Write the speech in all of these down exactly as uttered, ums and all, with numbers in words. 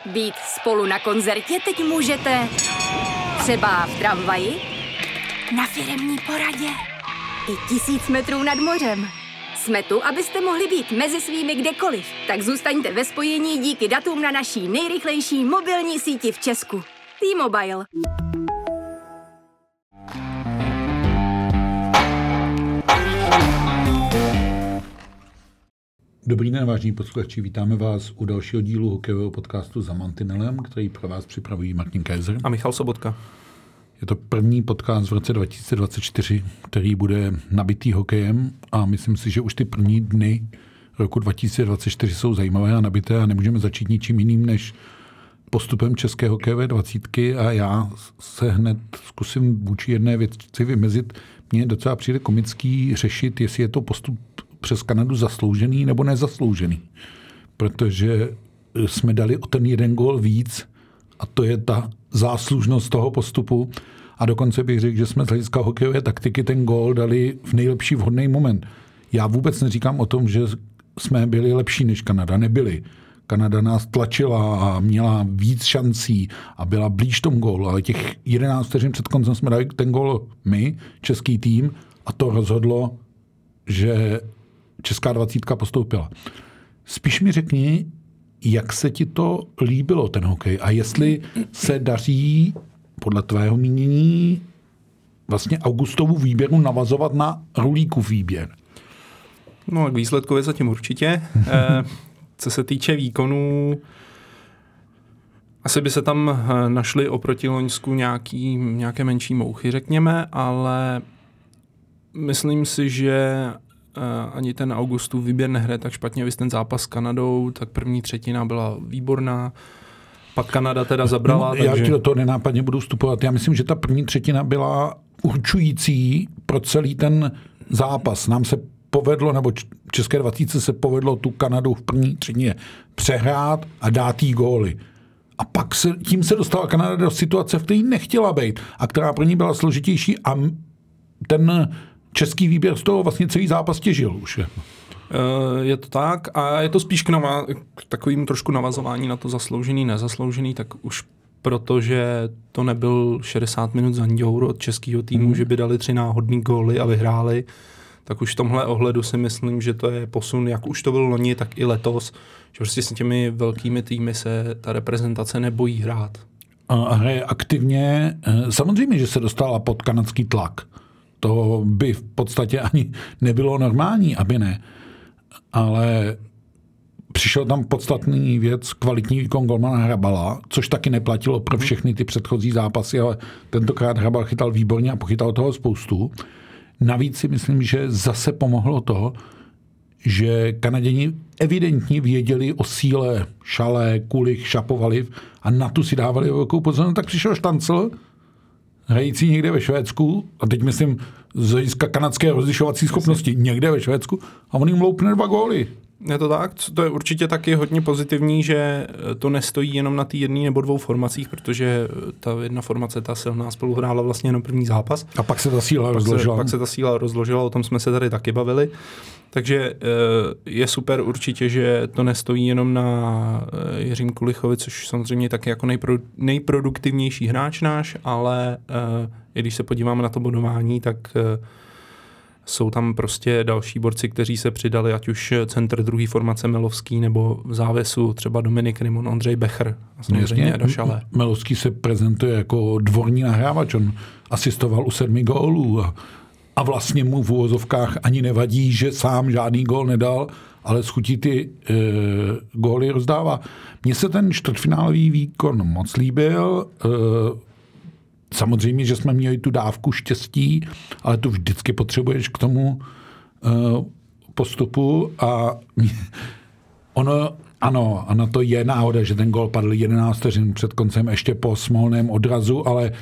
Být spolu na koncertě teď můžete třeba v tramvaji, na firemní poradě i tisíc metrů nad mořem. Jsme tu, abyste mohli být mezi svými kdekoliv. Tak zůstaňte ve spojení díky datům na naší nejrychlejší mobilní síti v Česku. T-Mobile. Dobrý den, vážení posluchači, vítáme vás u dalšího dílu hokejového podcastu Za mantinelem, který pro vás připravují Martin Kaiser a Michal Sobotka. Je to první podcast v roce dva tisíce dvacet čtyři, který bude nabitý hokejem a myslím si, že už ty první dny roku dva tisíce dvacet čtyři jsou zajímavé a nabité a nemůžeme začít ničím jiným než postupem české hokejové dvacítky a já se hned zkusím vůči jedné věci vymezit. Mně docela přijde komický řešit, jestli je to postup přes Kanadu zasloužený nebo nezasloužený. Protože jsme dali o ten jeden gól víc a to je ta záslužnost toho postupu. A dokonce bych řekl, že jsme z hlediska hokejové taktiky ten gól dali v nejlepší vhodný moment. Já vůbec neříkám o tom, že jsme byli lepší než Kanada. Nebyli. Kanada nás tlačila a měla víc šancí a byla blíž tomu gólu, ale těch jedenáct vteřin před koncem jsme dali ten gól my, český tým, a to rozhodlo, že česká dvacítka postoupila. Spíš mi řekni, jak se ti to líbilo, ten hokej, a jestli se daří podle tvého mínění vlastně Augustovu výběru navazovat na Rulíkův výběr. No, k výsledkově zatím určitě. eh, co se týče výkonů, asi by se tam našly oproti Loňsku nějaký, nějaké menší mouchy, řekněme, ale myslím si, že ani ten Augustův výběr nehraje tak špatně. Vy ten zápas s Kanadou, tak první třetina byla výborná, pak Kanada teda zabrala. No, takže... Já ti do toho nenápadně budu vstupovat. Já myslím, že ta první třetina byla určující pro celý ten zápas. Nám se povedlo, nebo české dvacítce se povedlo tu Kanadu v první třetině přehrát a dát jí góly. A pak se, tím se dostala Kanada do situace, v které nechtěla být a která pro ní byla složitější a ten český výběr z toho vlastně celý zápas těžil už. Je. Je to tak a je to spíš k, nava- k takovým trošku navazování na to zasloužený, nezasloužený, tak už protože to nebyl šedesát minut za Nďour od českého týmu, hmm. že by dali tři náhodný góly a vyhráli, tak už v tomhle ohledu si myslím, že to je posun, jak už to byl loni, tak i letos, že prostě s těmi velkými týmy se ta reprezentace nebojí hrát. A hraje aktivně. Samozřejmě, že se dostala pod kanadský tlak. To by v podstatě ani nebylo normální, aby ne. Ale přišel tam podstatný věc, kvalitní výkon golmana Hrabala, což taky neplatilo pro všechny ty předchozí zápasy, ale tentokrát Hrabal chytal výborně a pochytal toho spoustu. Navíc si myslím, že zase pomohlo to, že Kanaděni evidentně věděli o síle Šalé, Kulich, Šapovaliv a na tu si dávali velkou pozornost. Tak přišel Štancl, hrající někde ve Švédsku, a teď myslím z hlediska kanadské rozlišovací schopnosti, někde ve Švédsku, a on jim loupne dva góly. Je to tak, to je určitě taky hodně pozitivní, že to nestojí jenom na té jedné nebo dvou formacích, protože ta jedna formace, ta silná, spolu hrála vlastně jenom první zápas. A pak se ta síla pak rozložila. Se, pak se ta síla rozložila, o tom jsme se tady taky bavili. Takže je super určitě, že to nestojí jenom na Jiřím Kulichovi, což samozřejmě taky jako nejpro, nejproduktivnější hráč náš, ale i když se podíváme na to bodování, tak jsou tam prostě další borci, kteří se přidali, ať už centr druhý formace Melovský, nebo v závěsu třeba Dominik Rimon, Ondřej Becher a samozřejmě Eda Šalé. Melovský se prezentuje jako dvorní nahrávač, on asistoval u sedmi gólů a, a vlastně mu v úvozovkách ani nevadí, že sám žádný gól nedal, ale s chutí ty e, góly rozdává. Mně se ten čtvrtfinálový výkon moc líbil. E, Samozřejmě, že jsme měli tu dávku štěstí, ale tu vždycky potřebuješ k tomu uh, postupu a ono, ano, ano, to je náhoda, že ten gól padl jedenáct vteřin před koncem ještě po smolném odrazu, ale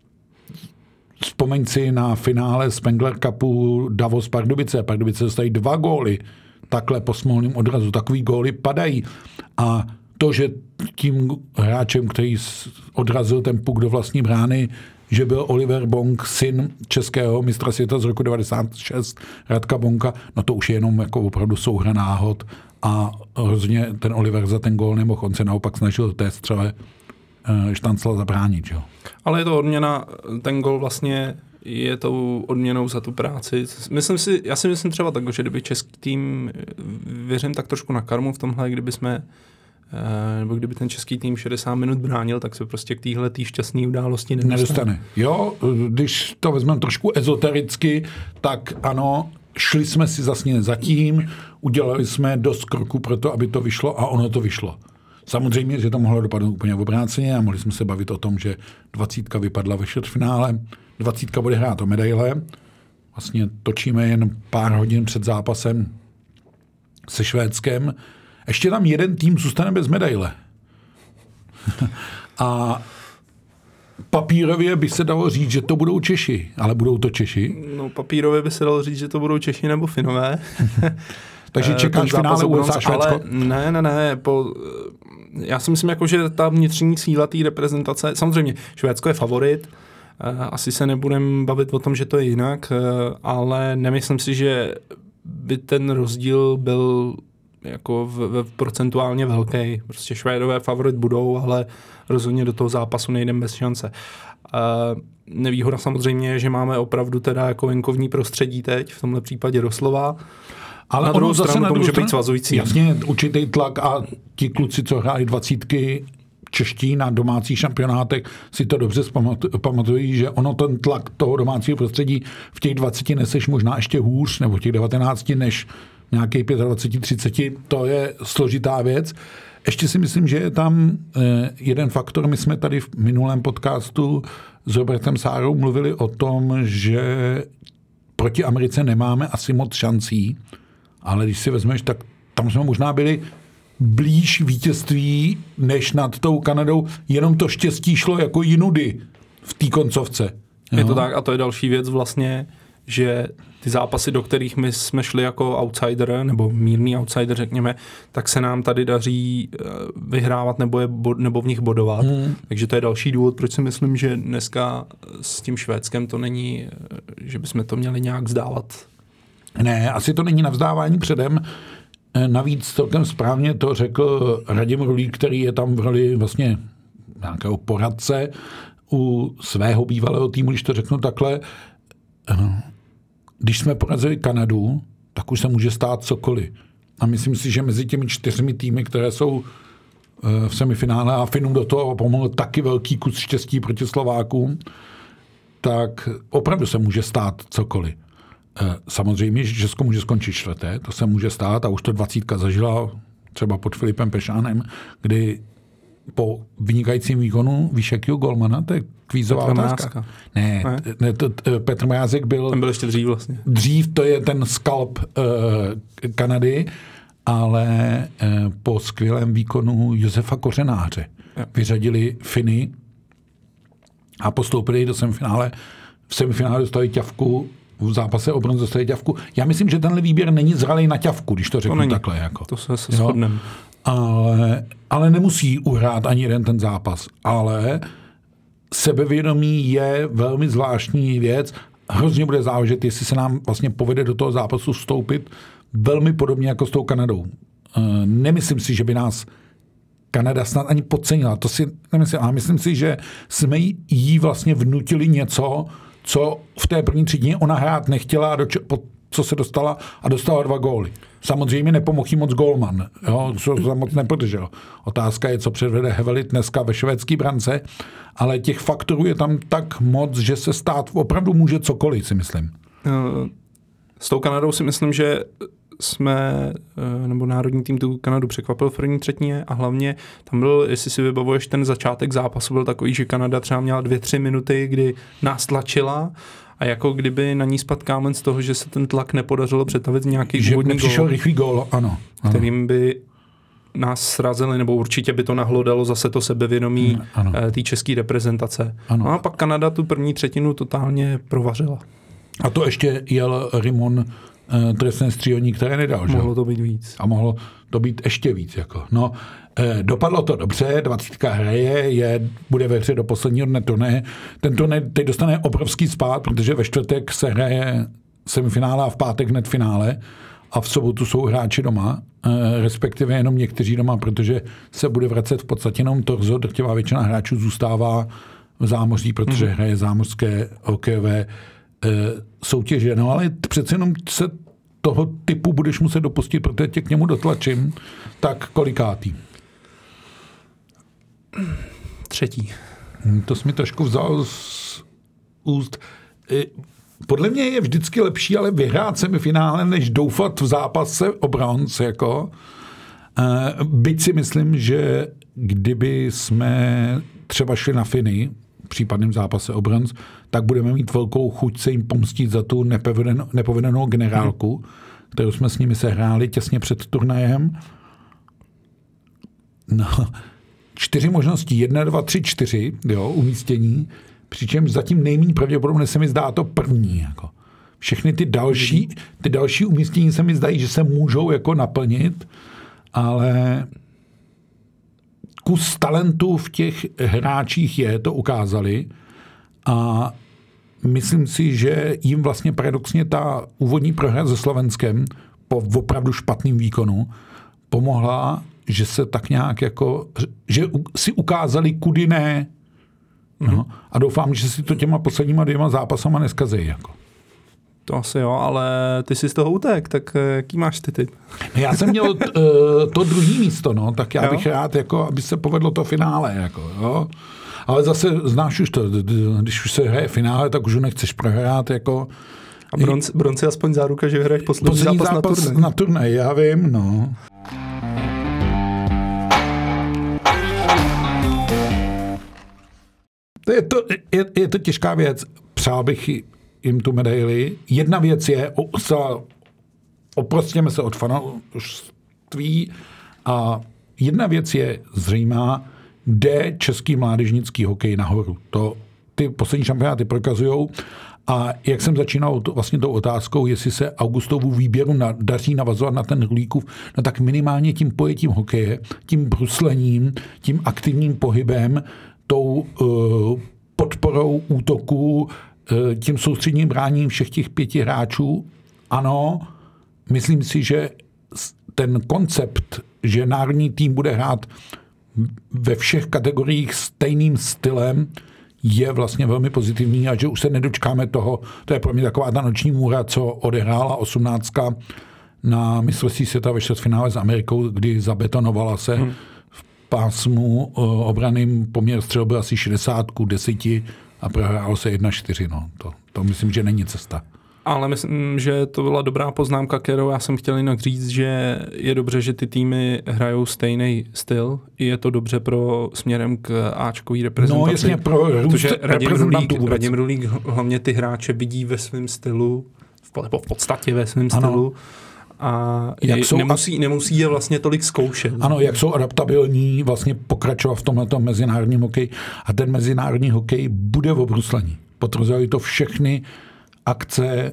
vzpomeň si na finále Spengler Cupu Davos Pardubice. Pardubice dostají dva góly takhle po smolném odrazu. Takový góly padají a to, že tím hráčem, který odrazil ten puk do vlastní brány, že byl Oliver Bonk syn českého mistra světa z roku devadesát šest, Radka Bonka, no to už je jenom jako opravdu souhra náhod a hrozně ten Oliver za ten gól nemohl, on se naopak snažil té střele Štancla zabránit. Jo. Ale je to odměna, ten gól vlastně je tou odměnou za tu práci. Myslím si, já si myslím třeba tak, že kdyby český tým, věřím tak trošku na karmu v tomhle, kdyby jsme nebo kdyby ten český tým šedesát minut bránil, tak se prostě k téhle tý šťastný události nedostane. nedostane. Jo, když to vezmeme trošku ezotericky, tak ano, šli jsme si zasně zatím, udělali jsme dost kroků pro to, aby to vyšlo a ono to vyšlo. Samozřejmě, že to mohlo dopadnout úplně obráceně a mohli jsme se bavit o tom, že dvacítka vypadla ve čtvrtfinále, dvacítka bude hrát o medaile. Vlastně točíme jen pár hodin před zápasem se Švédskem. Ještě tam jeden tým zůstane bez medaile. A papírově by se dalo říct, že to budou Češi, ale budou to Češi? No papírově by se dalo říct, že to budou Češi nebo Finové. Takže čekáš finále U S A Švédsko? Ale ne, ne, ne. Po, já si myslím, jako, že ta vnitřní síla té reprezentace, samozřejmě Švédsko je favorit, asi se nebudem bavit o tom, že to je jinak, ale nemyslím si, že by ten rozdíl byl jako v, v procentuálně velký. Prostě Švédové favorit budou, ale rozhodně do toho zápasu nejdem bez šance. Uh, nevýhoda samozřejmě je, že máme opravdu teda jako venkovní prostředí teď, v tomhle případě doslova. Ale na druhou stranu to může být svazující. Jasně, určitý tlak a ti kluci, co hráli dvacítky čeští na domácích šampionátech, si to dobře pamatují, že ono ten tlak toho domácího prostředí v těch dvaceti neseš možná ještě hůř, nebo v těch devatenácti, než nějaký dvacet pět třicet, to je složitá věc. Ještě si myslím, že je tam jeden faktor. My jsme tady v minulém podcastu s Robertem Sárou mluvili o tom, že proti Americe nemáme asi moc šancí, ale když si vezmeš, tak tam jsme možná byli blíž vítězství než nad tou Kanadou. Jenom to štěstí šlo jako jinudy v té koncovce. Je to tak a to je další věc vlastně, že ty zápasy, do kterých my jsme šli jako outsider, nebo mírný outsider, řekněme, tak se nám tady daří vyhrávat nebo, je, nebo v nich bodovat. Hmm. Takže to je další důvod, proč si myslím, že dneska s tím Švédskem to není, že bychom to měli nějak vzdávat. Ne, asi to není na vzdávání předem. Navíc celkem správně to řekl Radim Rulík, který je tam v roli vlastně nějakého poradce u svého bývalého týmu, když to řeknu takhle. Když jsme porazili Kanadu, tak už se může stát cokoliv. A myslím si, že mezi těmi čtyřmi týmy, které jsou v semifinále a Finům do toho pomohl taky velký kus štěstí proti Slovákům, tak opravdu se může stát cokoliv. Samozřejmě, že Česko může skončit čtvrté, to se může stát a už to dvacítka zažila třeba pod Filipem Pešánem, kdy po vynikajícím výkonu, víš jakýho golmana, to je kvízová otázka. Ne, ne? ne to, t, Petr Mrázek byl... Ten byl ještě dřív vlastně. Dřív, to je ten skalp uh, Kanady, ale uh, po skvělém výkonu Josefa Kořenáře ja. vyřadili Finy a postoupili do semifinále. V semifinále dostali ťavku, v zápase o bronz dostali ťavku. Já myslím, že tenhle výběr není zralej na ťavku, když to řeknu to takhle. Jako. To se, se shodneme. Ale, ale nemusí uhrát ani jeden ten zápas. Ale sebevědomí je velmi zvláštní věc. Hrozně bude záležet, jestli se nám vlastně povede do toho zápasu vstoupit velmi podobně jako s tou Kanadou. Nemyslím si, že by nás Kanada snad ani podcenila. To si nemyslím. Ale myslím si, že jsme jí vlastně vnutili něco, co v té první třetině ona hrát nechtěla, do č- po co se dostala a dostala dva góly. Samozřejmě nepomohl jí moc gólman, jo, co se moc nepodržel. Otázka je, co předvede Hevelit dneska ve švédský brance, ale těch faktorů je tam tak moc, že se stát opravdu může cokoliv, si myslím. S tou Kanadou si myslím, že jsme, nebo národní tým tu Kanadu překvapil v první třetině a hlavně tam byl, jestli si vybavuješ, ten začátek zápasu byl takový, že Kanada třeba měla dvě, tři minuty, kdy nás tlačila a jako kdyby na ní spadl kámen z toho, že se ten tlak nepodařilo přetavit v nějaký že úvodní gól. Že rychlý gól, ano, ano. Kterým by nás srazili, nebo určitě by to nahlodalo zase to sebevědomí hmm, té české reprezentace. Ano. No a pak Kanada tu první třetinu totálně provařila. A to ještě jel Rimon trestné střílení, které nedal. Mohlo že? to být víc. A mohlo, to být ještě víc. Jako. No, eh, dopadlo to dobře, dvacítka hraje, je, bude ve hře do posledního dne turnaje. Ten turnaj teď dostane obrovský spád, protože ve čtvrtek se hraje semifinále a v pátek hned finále a v sobotu jsou hráči doma, eh, respektive jenom někteří doma, protože se bude vracet v podstatě jenom torzo, drtivá většina hráčů zůstává v zámoří, protože hmm. hraje zámořské hokejové eh, soutěže. No ale přece jenom se toho typu budeš muset dopustit, protože tě k němu dotlačím, tak kolikátý? Třetí. To jsi mi trošku vzal z úst. Podle mě je vždycky lepší, ale vyhrát semifinále, než doufat v zápase o bronz. Jako. Byť si myslím, že kdyby jsme třeba šli na Finy v případném zápase o bronz, tak budeme mít velkou chuť se jim pomstit za tu nepovedenou, nepovedenou generálku, hmm. kterou jsme s nimi sehráli těsně před turnajem. No, čtyři možnosti, jedna, dva, tři, čtyři, jo, umístění, přičemž zatím nejméně pravděpodobně se mi zdá to první. Jako. Všechny ty další, ty další umístění se mi zdají, že se můžou jako naplnit, ale kus talentu v těch hráčích je, to ukázali a myslím si, že jim vlastně paradoxně ta úvodní prohra se Slovenskem po opravdu špatným výkonu pomohla, že se tak nějak jako, že si ukázali kudy ne. No. Mm-hmm. A doufám, že si to těma posledníma dvěma zápasama neskazejí. Jako. To asi jo, ale ty jsi z toho utek, tak jaký máš ty typ? Já jsem měl t, to druhý místo, no, tak já jo? bych rád, jako, aby se povedlo to finále. Jako, jo. Ale zase znáš už to, když už se hraje finále, tak už nechceš prohrát. Jako. A bronz, bronz je aspoň záruka, že vyhraješ poslední, poslední zápas, zápas na turnaj. Na turnaj, já vím, no. Je to, je, je to těžká věc. Přál bych jim tu medaili. Jedna věc je, oprostěme se od fanoušství a jedna věc je zřejmá, jde český mládežnický hokej nahoru. To ty poslední šampionáty prokazujou a jak jsem začínal to, vlastně tou otázkou, jestli se Augustovu výběru na, daří navazovat na ten Hlíkův, no tak minimálně tím pojetím hokeje, tím bruslením, tím aktivním pohybem, tou uh, podporou útoku, uh, tím soustředním bráním všech těch pěti hráčů. Ano, myslím si, že ten koncept, že národní tým bude hrát ve všech kategoriích stejným stylem, je vlastně velmi pozitivní a že už se nedočkáme toho, to je pro mě taková ta noční můra, co odehrála osmnáctka na mistrovství světa ve čtvrtfinále s Amerikou, kdy zabetonovala se hmm. v pásmu obraným poměr střel byl asi šedesát ku deseti a prohrálo se jedna čtyři. No. To, to myslím, že není cesta. Ale myslím, že to byla dobrá poznámka, kterou já jsem chtěl jinak říct, že je dobře, že ty týmy hrajou stejný styl. Je to dobře pro směrem k áčkový reprezentaci. No jasně, pro protože Radim Rulík, Radim Rulík hlavně ty hráče vidí ve svém stylu, v podstatě ve svém stylu. A je, jsou, nemusí, nemusí je vlastně tolik zkoušet. Ano, jak jsou adaptabilní vlastně pokračovat v tomhletom mezinárodním hokeji. A ten mezinárodní hokej bude v obruslení. Potvrzují to všechny akce,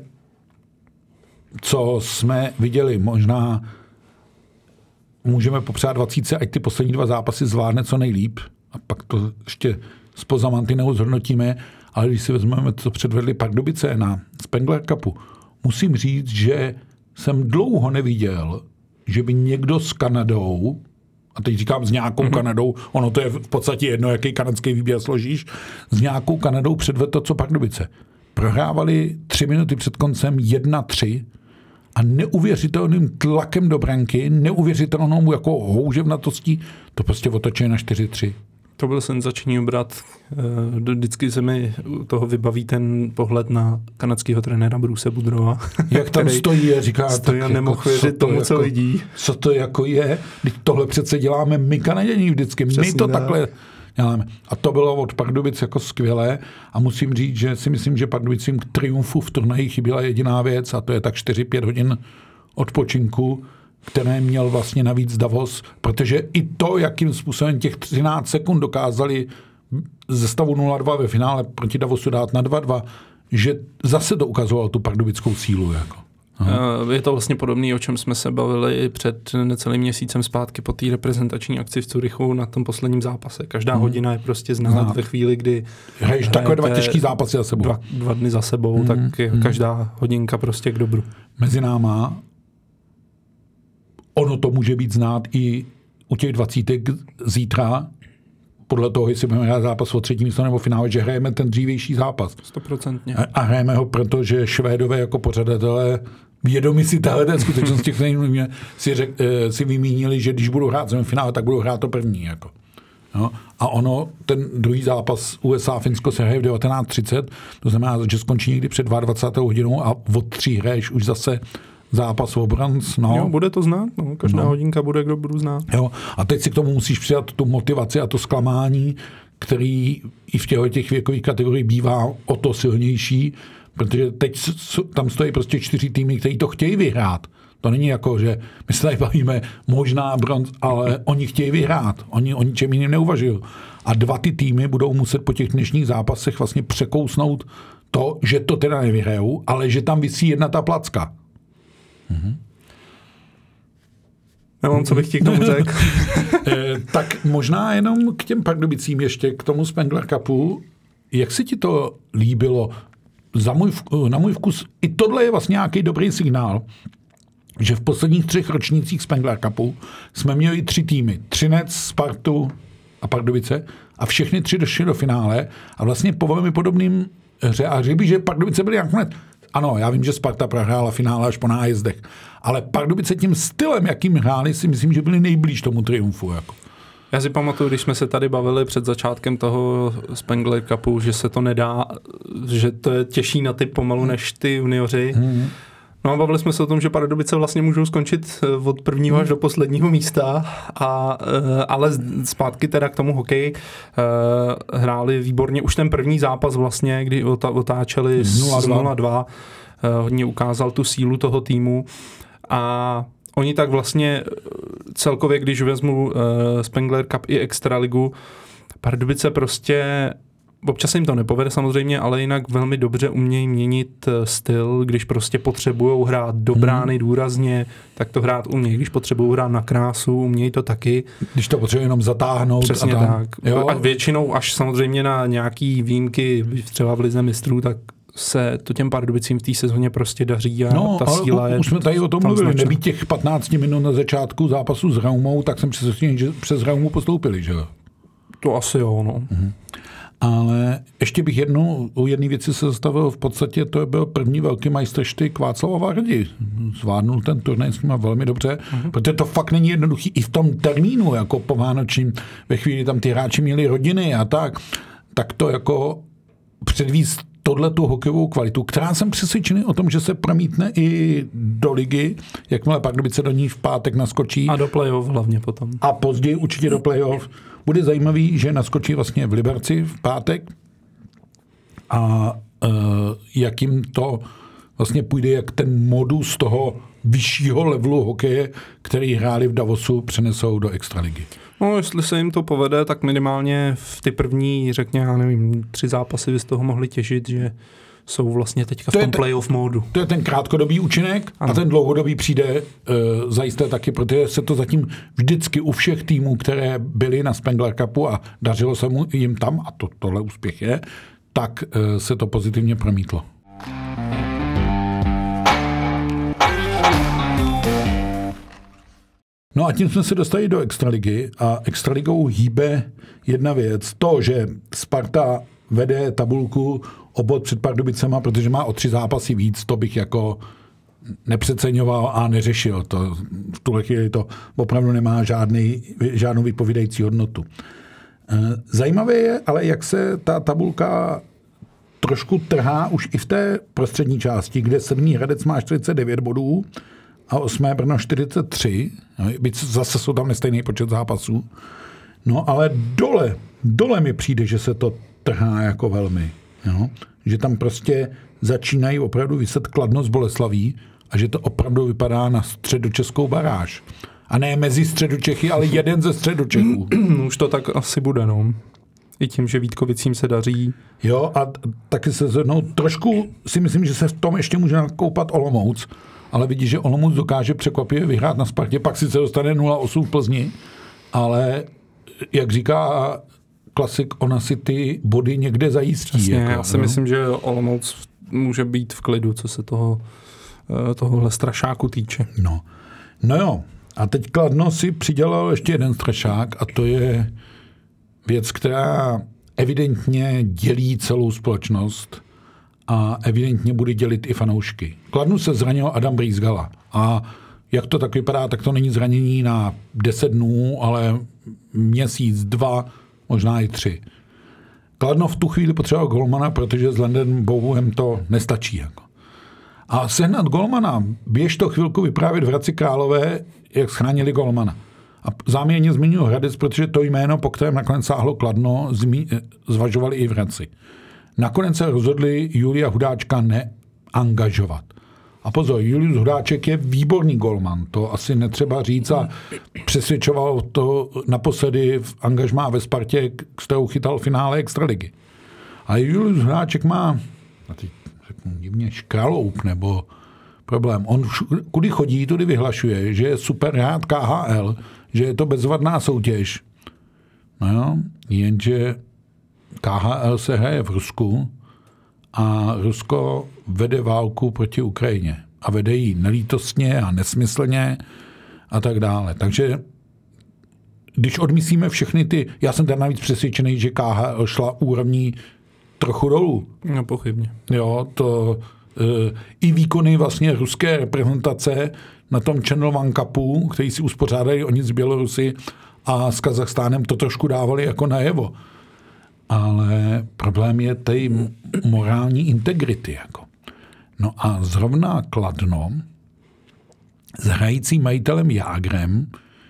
co jsme viděli. Možná můžeme popřát dvacítce, ať ty poslední dva zápasy zvládne co nejlíp. A pak to ještě spoza mantinelu zhodnotíme. Ale když si vezmeme, co předvedli Pardubice na Spengler Cupu, musím říct, že jsem dlouho neviděl, že by někdo s Kanadou, a teď říkám s nějakou mm-hmm. Kanadou, ono to je v podstatě jedno, jaký kanadský výběr složíš, s nějakou Kanadou předvedl to, co Pardubice. Prohrávali tři minuty před koncem jedna tři a neuvěřitelným tlakem do branky, neuvěřitelnou jako houževnatostí, to prostě otočili na čtyři tři. To byl senzační obrat. Vždycky se mi toho vybaví ten pohled na kanadského trenéra Bruce Boudreaua. Jak tam stojí a říká, stojí a nemohl věřit tomu, jako, co vidí. Co to jako je? Tohle přece děláme my Kanaděni vždycky. Přesně my to tak. takhle děláme. A to bylo od Pardubic jako skvělé. A musím říct, že si myslím, že Pardubicím k triumfu v turnaji chyběla jediná věc a to je tak čtyři pět hodin odpočinku, které měl vlastně navíc Davos, protože i to, jakým způsobem těch třináct sekund dokázali ze stavu nula dva ve finále proti Davosu dát na dva dva, že zase to ukazovalo tu pardubickou sílu. Jako. Aha. Je to vlastně podobný, o čem jsme se bavili před necelým měsícem zpátky po té reprezentační akci v Curychu na tom posledním zápase. Každá hmm. hodina je prostě znát, znát ve chvíli, kdy hraješ takové dva těžký zápasy za sebou. Dva, dva dny za sebou, hmm. tak je hmm. každá hodinka prostě k dobru. Mezi náma ono to může být znát i u těch dvacítek zítra, podle toho, jestli budeme hrát zápas o třetí místo nebo finále, že hrajeme ten dřívější zápas. Stoprocentně. A hrajeme ho, protože Švédové jako pořadatelé vědomi si téhle skutečnosti, které si, řek, si vymínili, že když budou hrát semifinále, tak budou hrát to první. Jako. No. A ono, ten druhý zápas U S A Finsko se hraje v devatenáct třicet, to znamená, že skončí někdy před dvacátou druhou hodinou a od tří hraješ už zase zápas obranc. No. Jo, bude to znát, no. Každá no. hodinka bude, kdo budu znát. Jo. A teď si k tomu musíš přidat tu motivaci a to zklamání, který i v těch, těch věkových kategoriích bývá o to silnější, protože teď tam stojí prostě čtyři týmy, kteří to chtějí vyhrát. To není jako, že my se tady bavíme možná bronz, ale oni chtějí vyhrát. Oni o ničem jiným neuvažují. A dva ty týmy budou muset po těch dnešních zápasech vlastně překousnout to, že to teda nevyhrajou, ale že tam visí jedna ta placka. Mm-hmm. Nevím, co bych ti k tomu řekl. Tak možná jenom k těm Pardubicím ještě, k tomu Spengler Cupu. Jak se ti to líbilo? Za můj, na můj vkus i tohle je vlastně nějaký dobrý signál, že v posledních třech ročnících Spengler Cupu jsme měli tři týmy. Třinec, Spartu a Pardubice a všechny tři došly do finále a vlastně po velmi podobným hře. A řekl bych, že Pardubice byly nakonec. Ano, já vím, že Sparta prohrála finále až po nájezdech, ale Pardubice tím stylem, jakým hráli, si myslím, že byli nejblíž tomu triumfu. Jako. Já si pamatuju, když jsme se tady bavili před začátkem toho Spengler Cupu, že se to nedá, že to je těžší na ty pomalu než ty junioři. Hmm. No a bavili jsme se o tom, že Pardubice vlastně můžou skončit od prvního až do posledního místa, a, ale zpátky teda k tomu hokeji hráli výborně. Už ten první zápas vlastně, kdy otáčeli s nula dva, hodně ukázal tu sílu toho týmu a oni tak vlastně celkově, když vezmu Spengler Cup i Extraligu, Pardubice prostě občas se jim to nepovede samozřejmě, ale jinak velmi dobře umějí měnit styl, když prostě potřebujou hrát do brány důrazně, tak to hrát umějí. Když potřebují hrát na krásu, umějí to taky. Když to potřebují jenom zatáhnout. Přesně a tam, tak. Jo? A většinou až samozřejmě na nějaký výjimky, třeba v lize mistrů, tak se to těm Pardubicím v té sezóně prostě daří a no, ta síla je. Už jsme tady o tom mluvili, nebýt těch patnáct minut na začátku zápasu s Raumou, tak jsem přesvědčený, že přes Raumu postoupili, že jo? To asi jo, no. Mhm. Ale ještě bych jednu, u jedné věci se zastavil, v podstatě to byl první velký majstrštyk Václava Vardy. Zvládnul ten turnaj s nimi velmi dobře, uh-huh. protože to fakt není jednoduchý i v tom termínu, jako po vánočním, ve chvíli tam ty hráči měli rodiny a tak, tak to jako předvíst tohletu hokejovou kvalitu, která jsem přesvědčený o tom, že se promítne i do ligy, jakmile Pardubice do ní v pátek naskočí. A do playoff hlavně potom. A později určitě do playoff. Bude zajímavý, že naskočí vlastně v Liberci v pátek a uh, jak jim to vlastně půjde, jak ten modus toho vyššího levelu hokeje, který hráli v Davosu, přenesou do extraligy. No, jestli se jim to povede, tak minimálně v ty první, řekně, já nevím, tři zápasy by z toho mohli těžit, že jsou vlastně teďka v tom playoff módu. To je ten krátkodobý účinek ano. A ten dlouhodobý přijde uh, zajisté taky, protože se to zatím vždycky u všech týmů, které byly na Spengler Cupu a dařilo se mu jim tam, a to, tohle úspěch je, tak uh, se to pozitivně promítlo. No a tím jsme se dostali do extraligy a extraligou hýbe jedna věc. To, že Sparta vede tabulku o bod před Pardubicema, protože má o tři zápasy víc, to bych jako nepřeceňoval a neřešil. To, v tuhle chvíli to opravdu nemá žádný, žádnou vypovídající hodnotu. Zajímavé je, ale jak se ta tabulka trošku trhá už i v té prostřední části, kde sedmý Hradec má čtyřicet devět bodů a osmé Brno čtyřicet tři, byť zase jsou tam nestejný počet zápasů. No ale dole, dole mi přijde, že se to trhá jako velmi. Jo? Že tam prostě začínají opravdu vyset Kladno z Boleslaví a že to opravdu vypadá na středočeskou baráž. A ne mezi Středočechy, ale jeden ze Středočechů. Už to tak asi bude, no. I tím, že Vítkovicím se daří. Jo, a taky se zhodnou. Trošku si myslím, že se v tom ještě může nakoupat Olomouc. ale vidí, že Olomouc dokáže překvapivě vyhrát na Spartě, pak sice dostane nula osm v Plzni, ale jak říká klasik, ona si ty body někde zajistí. Jasně, jako, já si no? myslím, že Olomouc může být v klidu, co se toho, tohohle strašáku týče. No. no jo, a teď Kladno si přidělal ještě jeden strašák a to je věc, která evidentně dělí celou společnost a evidentně bude dělit i fanoušky. Kladnu se zranil Adam Brýsgala a jak to tak vypadá, tak to není zranění na deset dnů, ale měsíc, dva, možná i tři. Kladno v tu chvíli potřeboval golmana, protože s Landon Bowem to nestačí. Jako. A sehnat golmana, běž to chvilku vyprávět v Hradci Králové, jak schránili golmana. A záměrně zmiňuji Hradec, protože to jméno, po kterém nakonec sáhlo Kladno, zmi- zvažovali i v Hradci. Nakonec se rozhodli Julia Hudáčka neangažovat. A pozor, Julius Hudáček je výborný golman, to asi netřeba říct a přesvědčoval to naposledy v angažmá ve Spartě, s kterou chytal finále Extraligy. A Julius Hudáček má, a teď řeknu divně, škraloup nebo problém. On kudy chodí, tudy vyhlašuje, že je super hrát K H L, že je to bezvadná soutěž. No jo, jenže K H L se hraje v Rusku a Rusko vede válku proti Ukrajině. A vede ji nelítostně a nesmyslně a tak dále. Takže když odmyslíme všechny ty... Já jsem tady navíc přesvědčený, že K H L šla úrovní trochu dolů. No pochybně. Jo, to... E, I výkony vlastně ruské reprezentace na tom Channel One Cupu, který si uspořádali oni z Bělorusy a s Kazachstánem, to trošku dávali jako najevo. Ale problém je té morální integrity. Jako. No a zrovna Kladno s hrajícím majitelem Jágrem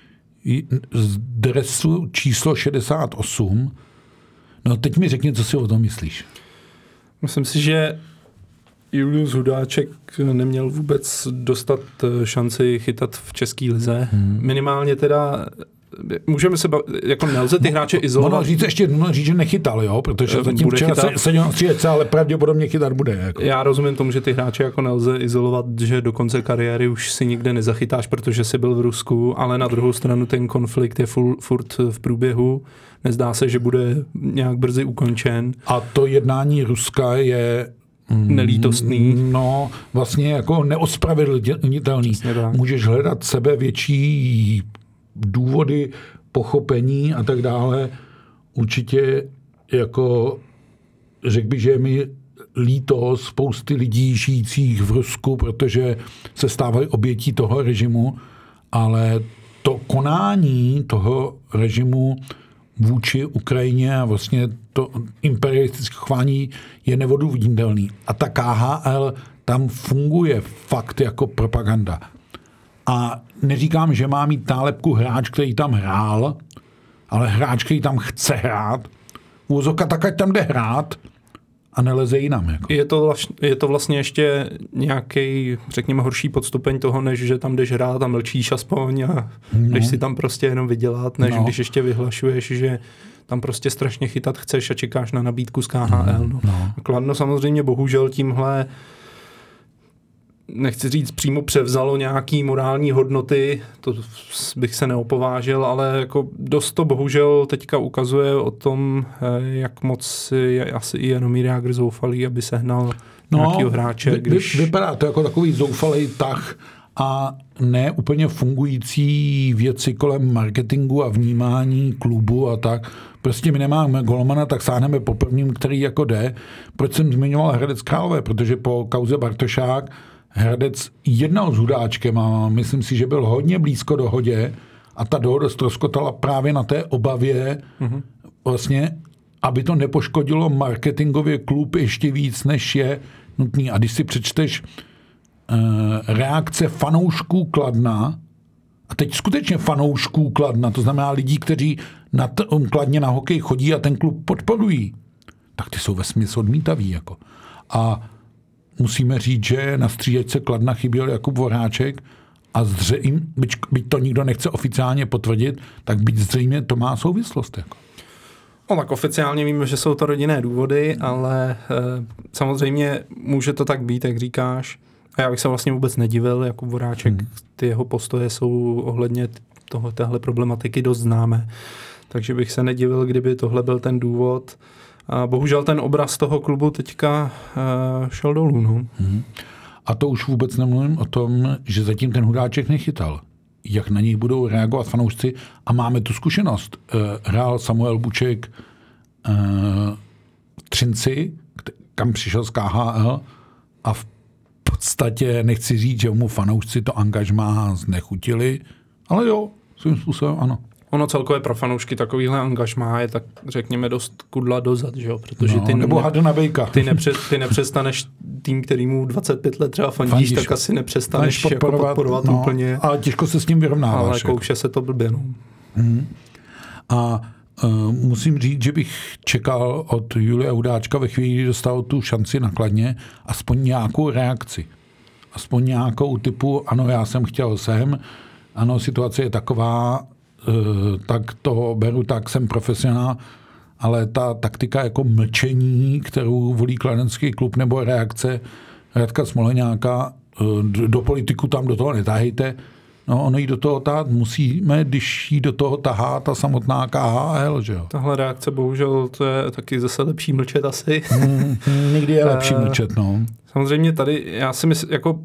z dresu číslo šedesát osm. No teď mi řekni, co si o tom myslíš. Myslím si, že Julius Hudáček neměl vůbec dostat šanci chytat v české lize. Hmm. Minimálně teda můžeme se bavit, jako nelze ty hráče izolovat. Ono říct ještě jednou říct, že nechytal, jo, protože zatím včera se, se dělal střílece, ale pravděpodobně chytat bude. Jako. Já rozumím tomu, že ty hráče jako nelze izolovat, že do konce kariéry už si nikde nezachytáš, protože jsi byl v Rusku, ale na druhou stranu ten konflikt je furt, furt v průběhu. Nezdá se, že bude nějak brzy ukončen. A to jednání Ruska je nelítostný. No, vlastně jako neospravedlnitelný. Můžeš hledat sebe větší důvody, pochopení a tak dále. Určitě jako řekl bych, že je mi líto spousty lidí žijících v Rusku, protože se stávají obětí toho režimu, ale to konání toho režimu vůči Ukrajině a vlastně to imperialistické chování je neodůvodnitelný. A ta K H L tam funguje fakt jako propaganda. A neříkám, že má mít nálepku hráč, který tam hrál, ale hráč, který tam chce hrát. Úzoka tak, ať tam jde hrát a neleze jinam. Jako. Je, to vlastně, je to vlastně ještě nějaký, řekněme, horší podstupeň toho, než že tam jdeš hrát a mlčíš aspoň a no. jdeš si tam prostě jenom vydělat, než no. když ještě vyhlašuješ, že tam prostě strašně chytat chceš a čekáš na nabídku z K H L. No. No. Kladno samozřejmě bohužel tímhle nechci říct, přímo převzalo nějaký morální hodnoty, to bych se neopovážil, ale jako dost to bohužel teďka ukazuje o tom, jak moc je asi i Jaromír Jágr zoufalý, aby sehnal no, nějakýho hráče. Když... Vy, vypadá to jako takový zoufalý tah a ne úplně fungující věci kolem marketingu a vnímání klubu a tak. Prostě my nemáme golmana, tak sáhneme po prvním, který jako jde. Proč jsem zmiňoval Hradec Králové? Protože po kauze Bartošák Hradec jednal s Hudáčkem a myslím si, že byl hodně blízko dohodě a ta dohoda ztroskotala právě na té obavě mm-hmm. vlastně, aby to nepoškodilo marketingově klub ještě víc, než je nutný. A když si přečteš uh, reakce fanoušků Kladna, a teď skutečně fanoušků Kladna, to znamená lidí, kteří na t- Kladně na hokej chodí a ten klub podporují, tak ty jsou vesměs odmítaví. Jako. A musíme říct, že na střídačce Kladna chyběl Jakub Voráček a zřejmě, byť, byť to nikdo nechce oficiálně potvrdit, tak byť zřejmě to má souvislost. Jako. No tak oficiálně víme, že jsou to rodinné důvody, ale e, samozřejmě může to tak být, jak říkáš. A já bych se vlastně vůbec nedivil, jako Voráček, hmm. ty jeho postoje jsou ohledně toho, téhle problematiky dost známé. Takže bych se nedivil, kdyby tohle byl ten důvod. A bohužel ten obraz toho klubu teďka uh, šel dolů. No. Hmm. A to už vůbec nemluvím o tom, že zatím ten Hudáček nechytal. Jak na něj budou reagovat fanoušci. A máme tu zkušenost. Uh, hrál Samuel Buček uh, v Třinci, kam přišel z K H L a v podstatě nechci říct, že mu fanoušci to angažmá znechutili, ale jo, svým způsobem ano. Ono celkově pro fanoušky takovýhle angažmá je tak, řekněme, dost kudla dozad, že jo? Protože no, ty, nebo hada na bejka. Ty, nepře, ty nepřestaneš tým, který mu dvacet pět let třeba fandíš, fandíš tak asi nepřestaneš podporovat, jako podporovat no, úplně. Ale těžko se s tím vyrovnáváš. Ale kouše se to blbě, no. Hmm. A uh, musím říct, že bych čekal od Julia Hudáčka ve chvíli, kdy dostal tu šanci na Kladně, aspoň nějakou reakci. Aspoň nějakou typu, ano, já jsem chtěl sem, ano, situace je taková, tak to beru, tak jsem profesionál, ale ta taktika jako mlčení, kterou volí kladenský klub, nebo reakce Radka Smoleňáka, do politiku tam do toho netáhejte, no ono jí do toho tát musíme, když jí do toho tahá ta samotná K H L, že jo. Tahle reakce, bohužel, to je taky zase lepší mlčet asi. Hmm, někdy je lepší mlčet, no. Samozřejmě tady, já si myslím, jako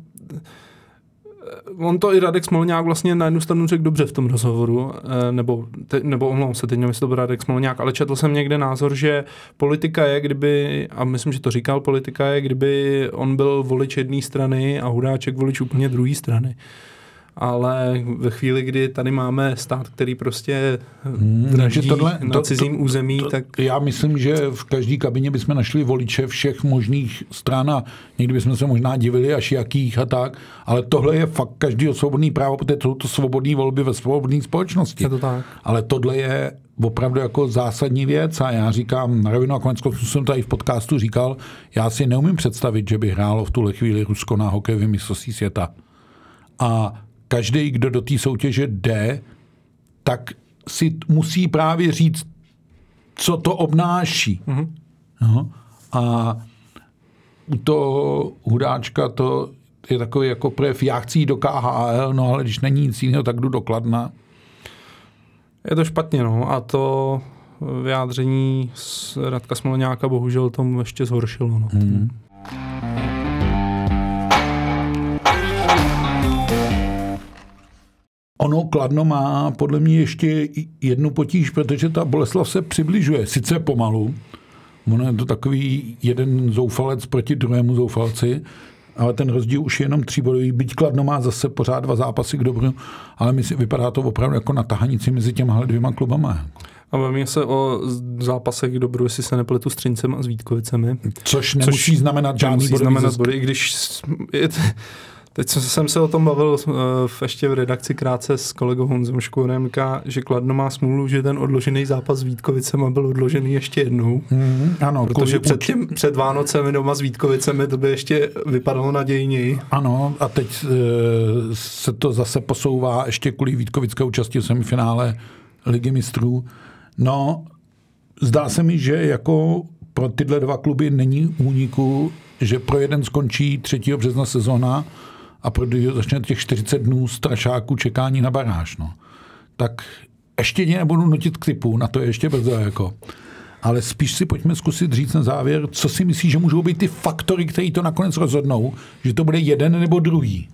on to i Radek Smolňák vlastně na jednu stranu řekl dobře v tom rozhovoru, nebo, te, nebo omlouvám se, teď nevím, jestli to byl Radek Smolňák, ale četl jsem někde názor, že politika je, kdyby, a myslím, že to říkal, politika je, kdyby on byl volič jedné strany a Hudáček volič úplně druhé strany. Ale ve chvíli, kdy tady máme stát, který prostě draždí hmm, tohle, na to, cizím to, území, to, tak... Já myslím, že v každé kabině bychom našli voliče všech možných stran a někdy bychom se možná divili, až jakých a tak, ale tohle je fakt každý svobodný právo, protože jsou to svobodné volby ve svobodné společnosti. Je to tak. Ale tohle je opravdu jako zásadní věc a já říkám na rovinu a konec konců jsem tady v podcastu říkal, já si neumím představit, že by hrálo v tuhle chvíli Rusko na hokejovém mistrovství světa. A každý, kdo do té soutěže jde, tak si musí právě říct, co to obnáší. Mm-hmm. No. A u toho Hudáčka to je takový jako projev, já chci jít do K H L, no ale když není nic jiného, tak jdu do Kladna. Je to špatně, no. A to vyjádření z Radka Smoleňáka bohužel tomu ještě zhoršilo. No. Mm. Ono Kladno má podle mě ještě jednu potíž, protože ta Boleslav se přibližuje. Sice pomalu, ono je to takový jeden zoufalec proti druhému zoufalci, ale ten rozdíl už je jenom tříbodový. Byť Kladno má zase pořád dva zápasy k dobru, ale my si, vypadá to opravdu jako na tahanici mezi těma dvěma klubama. A bavíme se o zápasech k dobru, jestli se nepletu s Třincem a s Vítkovicemi. Což nemusí Což znamenat žádný nemusí znamenat body, i když... Je t- Teď jsem se o tom bavil v, ještě v redakci krátce s kolegou Honzem Škvoremka, že Kladno má smůlu, že ten odložený zápas s Vítkovicemi byl odložený ještě jednou. Mm, ano, protože před, těm, před Vánocemi doma s Vítkovicemi to by ještě vypadalo nadějněji. Ano, a teď e, se to zase posouvá ještě kvůli Vítkovické účasti v semifinále Ligy mistrů. No, zdá se mi, že jako pro tyhle dva kluby není úniku, že pro jeden skončí třetího března sezóna a pro druhého začne těch čtyřicet dnů strašáku čekání na baráž. No. Tak ještě nebudu nutit k typu, na to je ještě brzo. Jako. Ale spíš si pojďme zkusit říct na závěr, co si myslíš, že můžou být ty faktory, které to nakonec rozhodnou, že to bude jeden nebo druhý?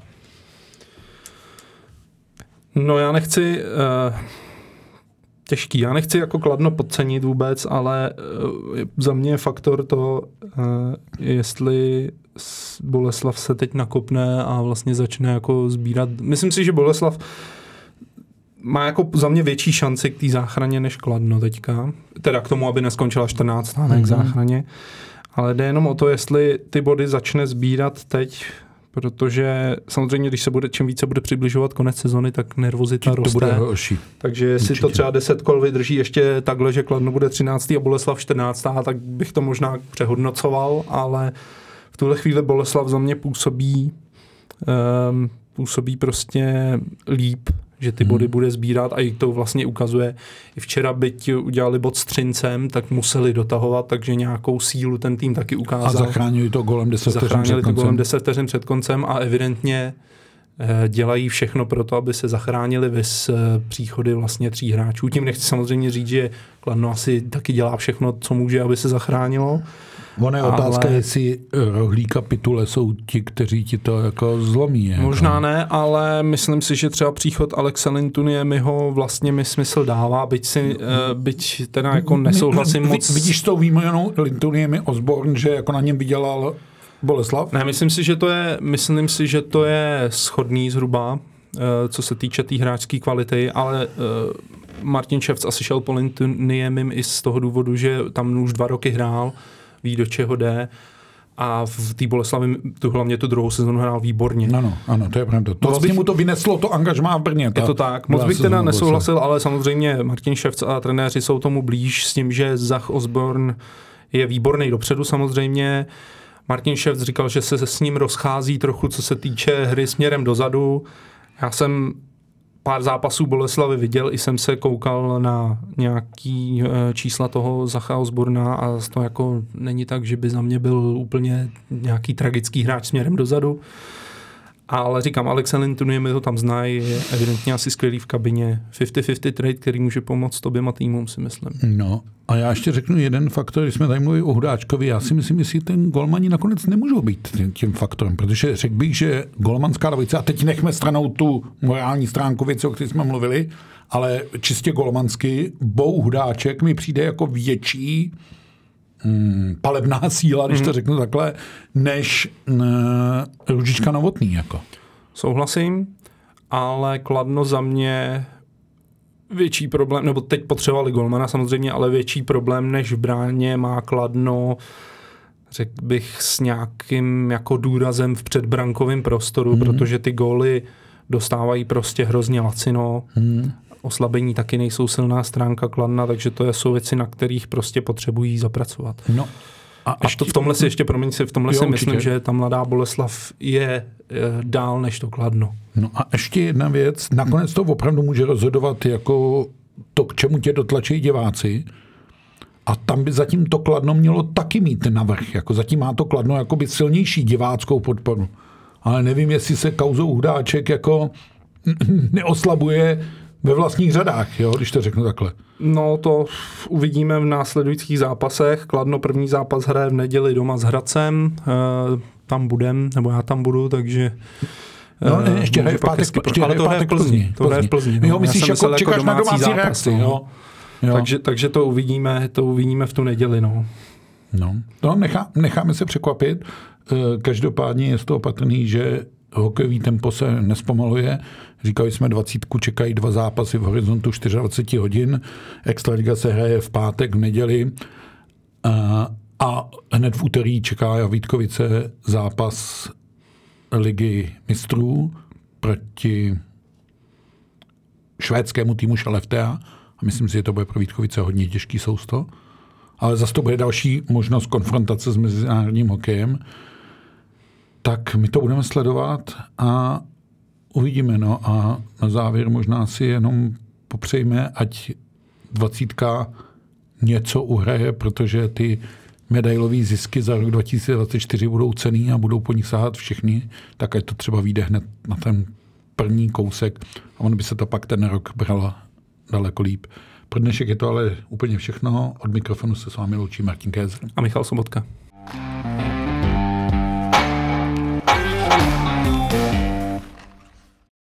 No já nechci... Uh... Těžký. Já nechci jako Kladno podcenit vůbec, ale uh, za mě je faktor to, uh, jestli Boleslav se teď nakopne a vlastně začne jako sbírat. Myslím si, že Boleslav má jako za mě větší šanci k té záchraně než Kladno teďka. Teda k tomu, aby neskončila čtrnáct mm-hmm. k záchraně. Ale jde jenom o to, jestli ty body začne sbírat teď, protože samozřejmě, když se bude, čím více bude přibližovat konec sezony, tak nervozita to roste. Bude horší. Takže jestli Určitě. To třeba deset kol vydrží ještě takhle, že Kladno bude třináctý a Boleslav čtrnáctý, tak bych to možná přehodnocoval, ale v tuhle chvíli Boleslav za mě působí um, působí prostě líp, že ty body bude sbírat a i to vlastně ukazuje. I včera byť udělali bod s Třincem, tak museli dotahovat, takže nějakou sílu ten tým taky ukázal. A zachránili to golem deset vteřin před koncem. Zachránili to golem deset vteřin před koncem a evidentně dělají všechno pro to, aby se zachránili vys příchody vlastně tří hráčů. Tím nechci samozřejmě říct, že Kladno asi taky dělá všechno, co může, aby se zachránilo. Ono je ale... otázka, jestli rohlík a pitule jsou ti, kteří ti to jako zlomí. Jako. Možná ne, ale myslím si, že třeba příchod Alexe Lintunie mi ho vlastně mi smysl dává, byť, si, byť teda jako nesouhlasím v, moc. Vidíš s tou výměnou Lintunie mi Osborn, že jako na něm vydělal Boleslav? Ne, myslím si, že to je, myslím si, že to je shodný zhruba, co se týče té tý hráčské kvality, ale Martin Ševc asi šel po Lintuniem i z toho důvodu, že tam už dva roky hrál, ví, do čeho jde a v té Boleslavi tu hlavně tu druhou sezonu hrál výborně. Ano, ano, to je pravda. To vlastně mu to vyneslo, to angažmá v Brně. Je to tak. Moc bych teda nesouhlasil, ale samozřejmě Martin Ševc a trenéři jsou tomu blíž s tím, že Zach Osborn je výborný dopředu samozřejmě. Martin Ševc říkal, že se s ním rozchází trochu, co se týče hry směrem dozadu. Já jsem pár zápasů Boleslavy viděl, i jsem se koukal na nějaký čísla toho Zacha Osborna a to jako není tak, že by za mě byl úplně nějaký tragický hráč směrem dozadu. Ale říkám, Alexe Lintunie mi to tam znají, je evidentně asi skvělý v kabině. padesát padesát trade, který může pomoct oběma týmům, si myslím. No a já ještě řeknu jeden faktor, když jsme tady mluvili o Hudáčkovi, já si myslím, jestli ten golmani nakonec nemůžou být tím, tím faktorem, protože řekl bych, že golmanská dvojice, a teď nechme stranou tu morální stránku věci, o které jsme mluvili, ale čistě golmansky, Bou Hudáček mi přijde jako větší Hmm, palebná síla, když to řeknu takhle, než uh, Růžička Novotný. Jako. Souhlasím, ale Kladno za mě větší problém, nebo teď potřebovali golmana samozřejmě, ale větší problém než v bráně má Kladno, řekl bych, s nějakým jako důrazem v předbrankovém prostoru, hmm. protože ty góly dostávají prostě hrozně lacino. Hmm. Oslabení taky nejsou silná stránka Kladna, takže to jsou věci, na kterých prostě potřebují zapracovat. No. A ještě v tomhle si ještě, promiň si, v tomhle jo, si určitě. myslím, že ta mladá Boleslav je, je dál než to Kladno. No a ještě jedna věc, nakonec to opravdu může rozhodovat jako to, k čemu tě dotlačí diváci. A tam by zatím to Kladno mělo taky mít navrch. Jako zatím má to Kladno jakoby silnější diváckou podporu. Ale nevím, jestli se kauzou Hudáček jako neoslabuje ve vlastních řadách, jo, když to řeknu takhle. No to uvidíme v následujících zápasech. Kladno první zápas hraje v neděli doma s Hradcem. E, tam budem, nebo já tam budu, takže... No, ne, ještě hraje v pátek, ale to hraje v Plzni. To hraje v Plzni. No. Jo, myslíš, jako čekáš na domácí reakci, jo? Jo. Takže, takže to uvidíme, to uvidíme v tu neděli, no. No, no nechá, necháme se překvapit. Každopádně je z toho patrný, že hokejový tempo se nespomaluje. Říkali jsme dvacítku, čekají dva zápasy v horizontu dvacet čtyři hodin. Extraliga se hraje v pátek, v neděli. A, a hned v úterý čeká Vítkovice zápas Ligy mistrů proti švédskému týmu Skellefteå. A myslím si, že to bude pro Vítkovice hodně těžký sousto. Ale zase to bude další možnost konfrontace s mezinárodním hokejem. Tak my to budeme sledovat a uvidíme. No a na závěr možná si jenom popřejme, ať dvacítka něco uhraje, protože ty medailové zisky za rok dva tisíce dvacet čtyři budou cenný a budou po nich sahat všichni, tak ať to třeba vyjde hned na ten první kousek a ono by se to pak ten rok bralo daleko líp. Pro dnešek je to ale úplně všechno. Od mikrofonu se s vámi loučí Martin Kézer a Michal Sobotka.